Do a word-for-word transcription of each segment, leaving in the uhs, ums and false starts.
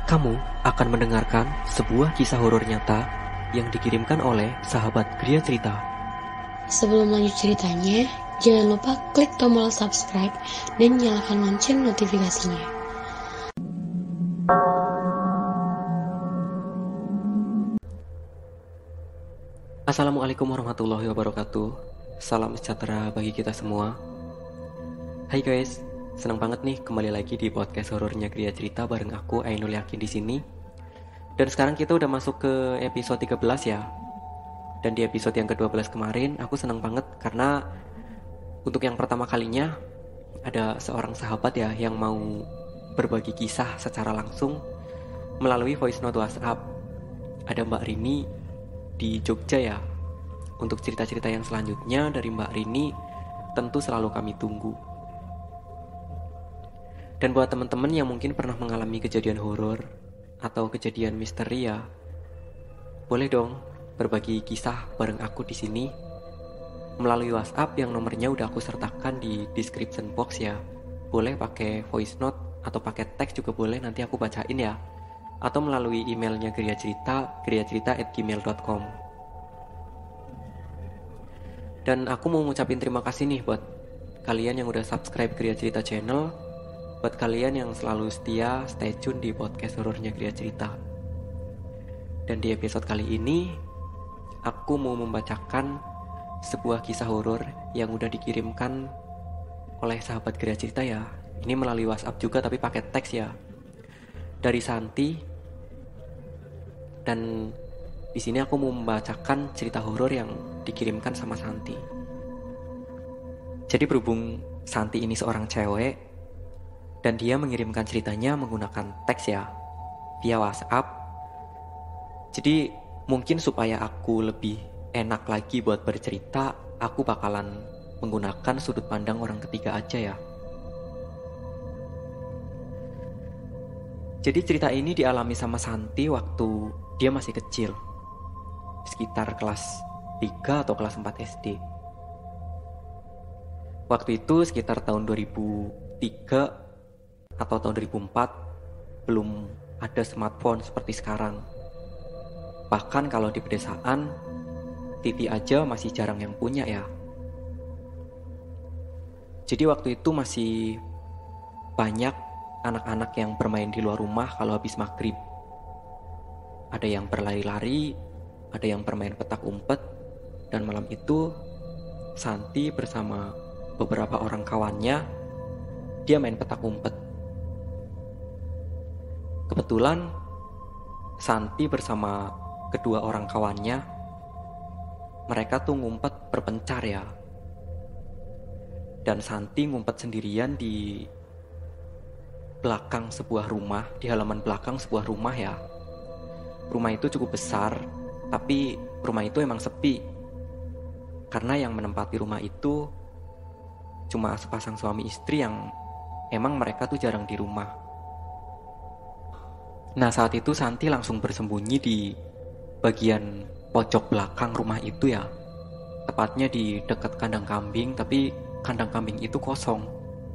Kamu akan mendengarkan sebuah kisah horor nyata yang dikirimkan oleh sahabat Gria Cerita. Sebelum lanjut ceritanya, jangan lupa klik tombol subscribe dan nyalakan lonceng notifikasinya. Assalamualaikum warahmatullahi wabarakatuh. Salam sejahtera bagi kita semua. Hai guys, senang banget nih kembali lagi di podcast horornya Gria Cerita bareng aku Ainul Yakin di sini. Dan sekarang kita udah masuk ke episode tiga belas ya. Dan di episode yang kedua belas kemarin aku senang banget karena untuk yang pertama kalinya ada seorang sahabat ya yang mau berbagi kisah secara langsung melalui voice note WhatsApp. Ada Mbak Rini di Jogja ya. Untuk cerita-cerita yang selanjutnya dari Mbak Rini tentu selalu kami tunggu. Dan buat teman-teman yang mungkin pernah mengalami kejadian horor atau kejadian misteri ya, boleh dong berbagi kisah bareng aku di sini melalui WhatsApp yang nomornya udah aku sertakan di description box ya. Boleh pakai voice note atau pakai teks juga boleh, nanti aku bacain ya. Atau melalui emailnya Gria Cerita, griacerita at gmail dot com. Dan aku mau ngucapin terima kasih nih buat kalian yang udah subscribe Gria Cerita channel, buat kalian yang selalu setia stay tune di podcast horornya Gria Cerita. Dan di episode kali ini aku mau membacakan sebuah kisah horor yang udah dikirimkan oleh sahabat Gria Cerita ya. Ini melalui WhatsApp juga tapi pakai teks ya. Dari Santi. Dan di sini aku mau membacakan cerita horor yang dikirimkan sama Santi. Jadi berhubung Santi ini seorang cewek dan dia mengirimkan ceritanya menggunakan teks ya, via WhatsApp. Jadi mungkin supaya aku lebih enak lagi buat bercerita, aku bakalan menggunakan sudut pandang orang ketiga aja ya. Jadi cerita ini dialami sama Santi waktu dia masih kecil, sekitar kelas tiga atau kelas empat S D. Waktu itu sekitar tahun dua ribu tiga atau tahun dua ribu empat, belum ada smartphone seperti sekarang. Bahkan kalau di pedesaan, T V aja masih jarang yang punya ya. Jadi waktu itu masih banyak anak-anak yang bermain di luar rumah kalau habis maghrib. Ada yang berlari-lari, ada yang bermain petak umpet. Dan malam itu Santi bersama beberapa orang kawannya, dia main petak umpet. Kebetulan Santi bersama kedua orang kawannya, mereka tuh ngumpet berpencar ya. Dan Santi ngumpet sendirian di belakang sebuah rumah, di halaman belakang sebuah rumah ya. Rumah itu cukup besar, tapi rumah itu emang sepi. Karena yang menempati rumah itu cuma sepasang suami istri yang emang mereka tuh jarang di rumah. Nah saat itu Santi langsung bersembunyi di bagian pojok belakang rumah itu ya. Tepatnya di dekat kandang kambing, tapi kandang kambing itu kosong.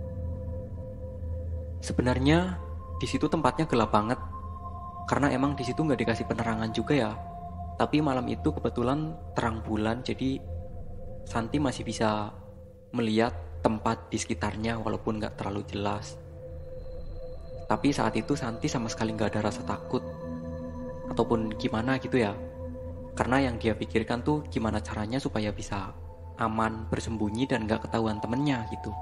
Sebenarnya di situ tempatnya gelap banget, karena emang di situ nggak dikasih penerangan juga ya. Tapi malam itu kebetulan terang bulan, jadi Santi masih bisa melihat tempat di sekitarnya walaupun nggak terlalu jelas. Tapi saat itu Santi sama sekali nggak ada rasa takut ataupun gimana gitu ya. Karena yang dia pikirkan tuh gimana caranya supaya bisa aman bersembunyi dan nggak ketahuan temennya gitu.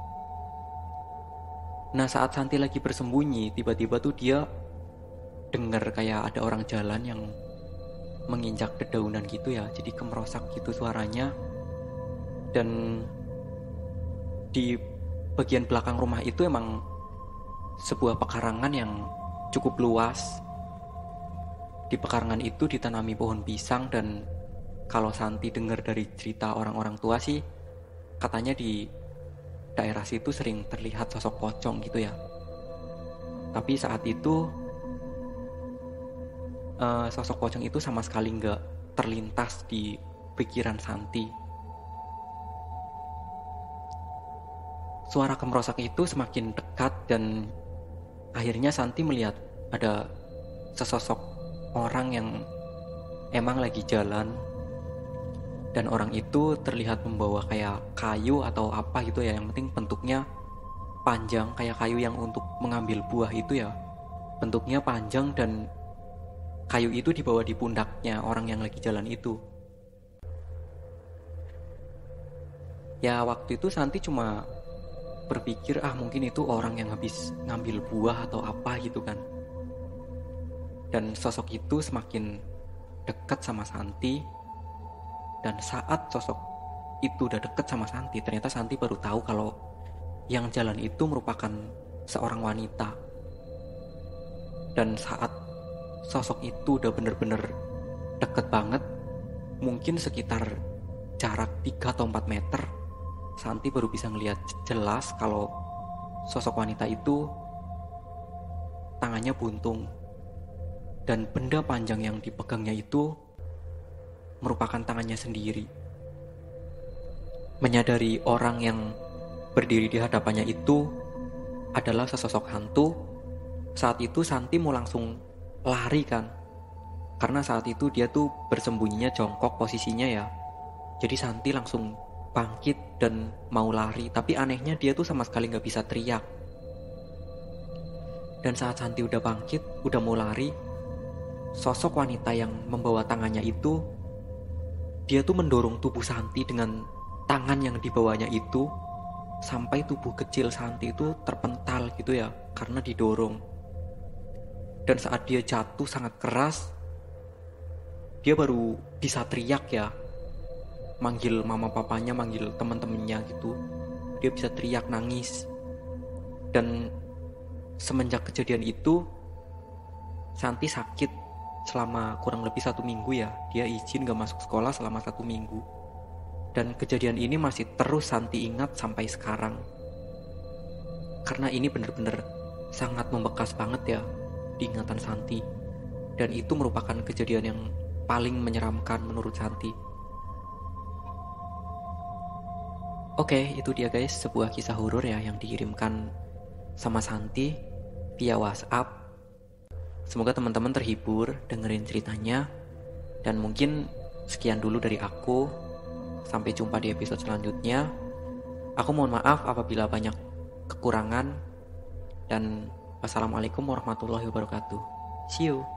Nah saat Santi lagi bersembunyi, tiba-tiba tuh dia dengar kayak ada orang jalan yang menginjak dedaunan gitu ya. Jadi kemerosak gitu suaranya. Dan di bagian belakang rumah itu emang sebuah pekarangan yang cukup luas. Di pekarangan itu ditanami pohon pisang. Dan kalau Santi dengar dari cerita orang-orang tua sih, katanya di daerah situ sering terlihat sosok pocong gitu ya. Tapi saat itu uh, sosok pocong itu sama sekali nggak terlintas di pikiran Santi. Suara kemerosak itu semakin dekat dan akhirnya Santi melihat ada sesosok orang yang emang lagi jalan, dan orang itu terlihat membawa kayak kayu atau apa gitu ya, yang penting bentuknya panjang, kayak kayu yang untuk mengambil buah itu ya, bentuknya panjang dan kayu itu dibawa di pundaknya orang yang lagi jalan itu. Ya waktu itu Santi cuma berpikir ah mungkin itu orang yang habis ngambil buah atau apa gitu kan. Dan sosok itu semakin dekat sama Santi. Dan saat sosok itu udah dekat sama Santi, ternyata Santi baru tahu kalau yang jalan itu merupakan seorang wanita. Dan saat sosok itu udah bener-bener deket banget, mungkin sekitar jarak tiga atau empat meter, Santi baru bisa ngelihat jelas kalau sosok wanita itu tangannya buntung. Dan benda panjang yang dipegangnya itu merupakan tangannya sendiri. Menyadari orang yang berdiri di hadapannya itu adalah sesosok hantu, saat itu Santi mau langsung lari kan. Karena saat itu dia tuh bersembunyinya jongkok posisinya ya. Jadi Santi langsung bangkit dan mau lari. Tapi anehnya dia tuh sama sekali gak bisa teriak. Dan saat Santi udah bangkit, udah mau lari, sosok wanita yang membawa tangannya itu, dia tuh mendorong tubuh Santi dengan tangan yang dibawanya itu, sampai tubuh kecil Santi itu terpental gitu ya, karena didorong. Dan saat dia jatuh sangat keras, dia baru bisa teriak ya, manggil mama papanya, manggil teman-temannya gitu. Dia bisa teriak nangis. Dan semenjak kejadian itu, Santi sakit selama kurang lebih satu minggu ya. Dia izin gak masuk sekolah selama satu minggu. Dan kejadian ini masih terus Santi ingat sampai sekarang. Karena ini benar-benar sangat membekas banget ya di ingatan Santi. Dan itu merupakan kejadian yang paling menyeramkan menurut Santi. Oke, itu dia guys, sebuah kisah horor ya yang dikirimkan sama Santi via WhatsApp. Semoga teman-teman terhibur dengerin ceritanya. Dan mungkin sekian dulu dari aku. Sampai jumpa di episode selanjutnya. Aku mohon maaf apabila banyak kekurangan. Dan wassalamualaikum warahmatullahi wabarakatuh. See you.